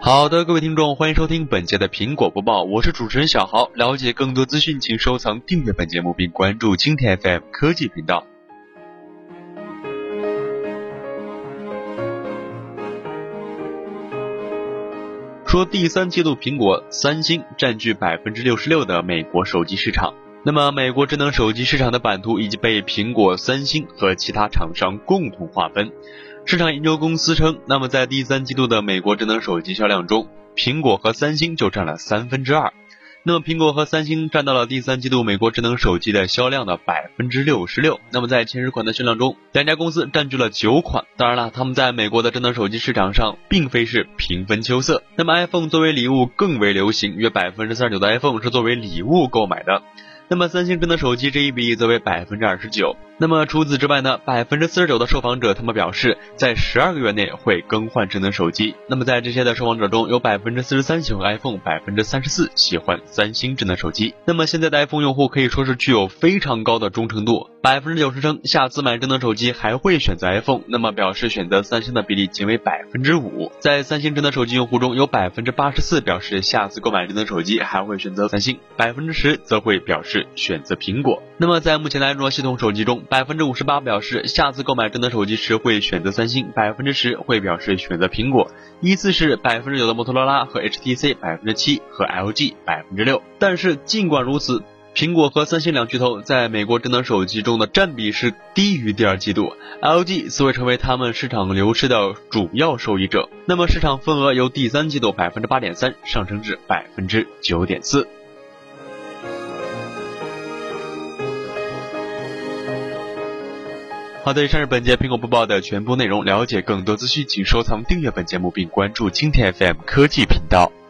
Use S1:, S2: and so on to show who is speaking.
S1: 好的，各位听众，欢迎收听本节的苹果播报，我是主持人小豪。了解更多资讯，请收藏订阅本节目并关注蜻蜓 FM 科技频道。说第三季度苹果、三星占据 66% 的美国手机市场。那么美国智能手机市场的版图已经被苹果、三星和其他厂商共同划分。市场研究公司称，那么在第三季度的美国智能手机销量中，苹果和三星就占了2/3。那么苹果和三星占到了第三季度美国智能手机的销量的 66%。那么在前10款的销量中，两家公司占据了9款。当然了，他们在美国的智能手机市场上并非是平分秋色。那么 iPhone 作为礼物更为流行，约 39% 的 iPhone 是作为礼物购买的。那么三星智能手机这一比例则为 29%。那么除此之外呢， 49% 的受访者他们表示在12个月内会更换智能手机。那么在这些的受访者中，有 43% 喜欢 iPhone， 34% 喜欢三星智能手机。那么现在的 iPhone 用户可以说是具有非常高的忠诚度， 90% 称下次买智能手机还会选择 iPhone， 那么表示选择三星的比例仅为 5%。 在三星智能手机用户中，有 84% 表示下次购买智能手机还会选择三星， 10% 则会表示选择苹果。那么在目前的安卓系统手机中， 58% 表示下次购买智能手机时会选择三星， 10% 会表示选择苹果，依次是 9% 的摩托罗拉和 HTC 7% 和 LG 6%。 但是尽管如此，苹果和三星两巨头在美国智能手机中的占比是低于第二季度， LG 似会成为他们市场流失的主要受益者。那么市场份额由第三季度 8.3% 上升至 9.4%。好的，以上是本节苹果播报的全部内容。了解更多资讯，请收藏订阅本节目并关注蜻蜓 FM 科技频道。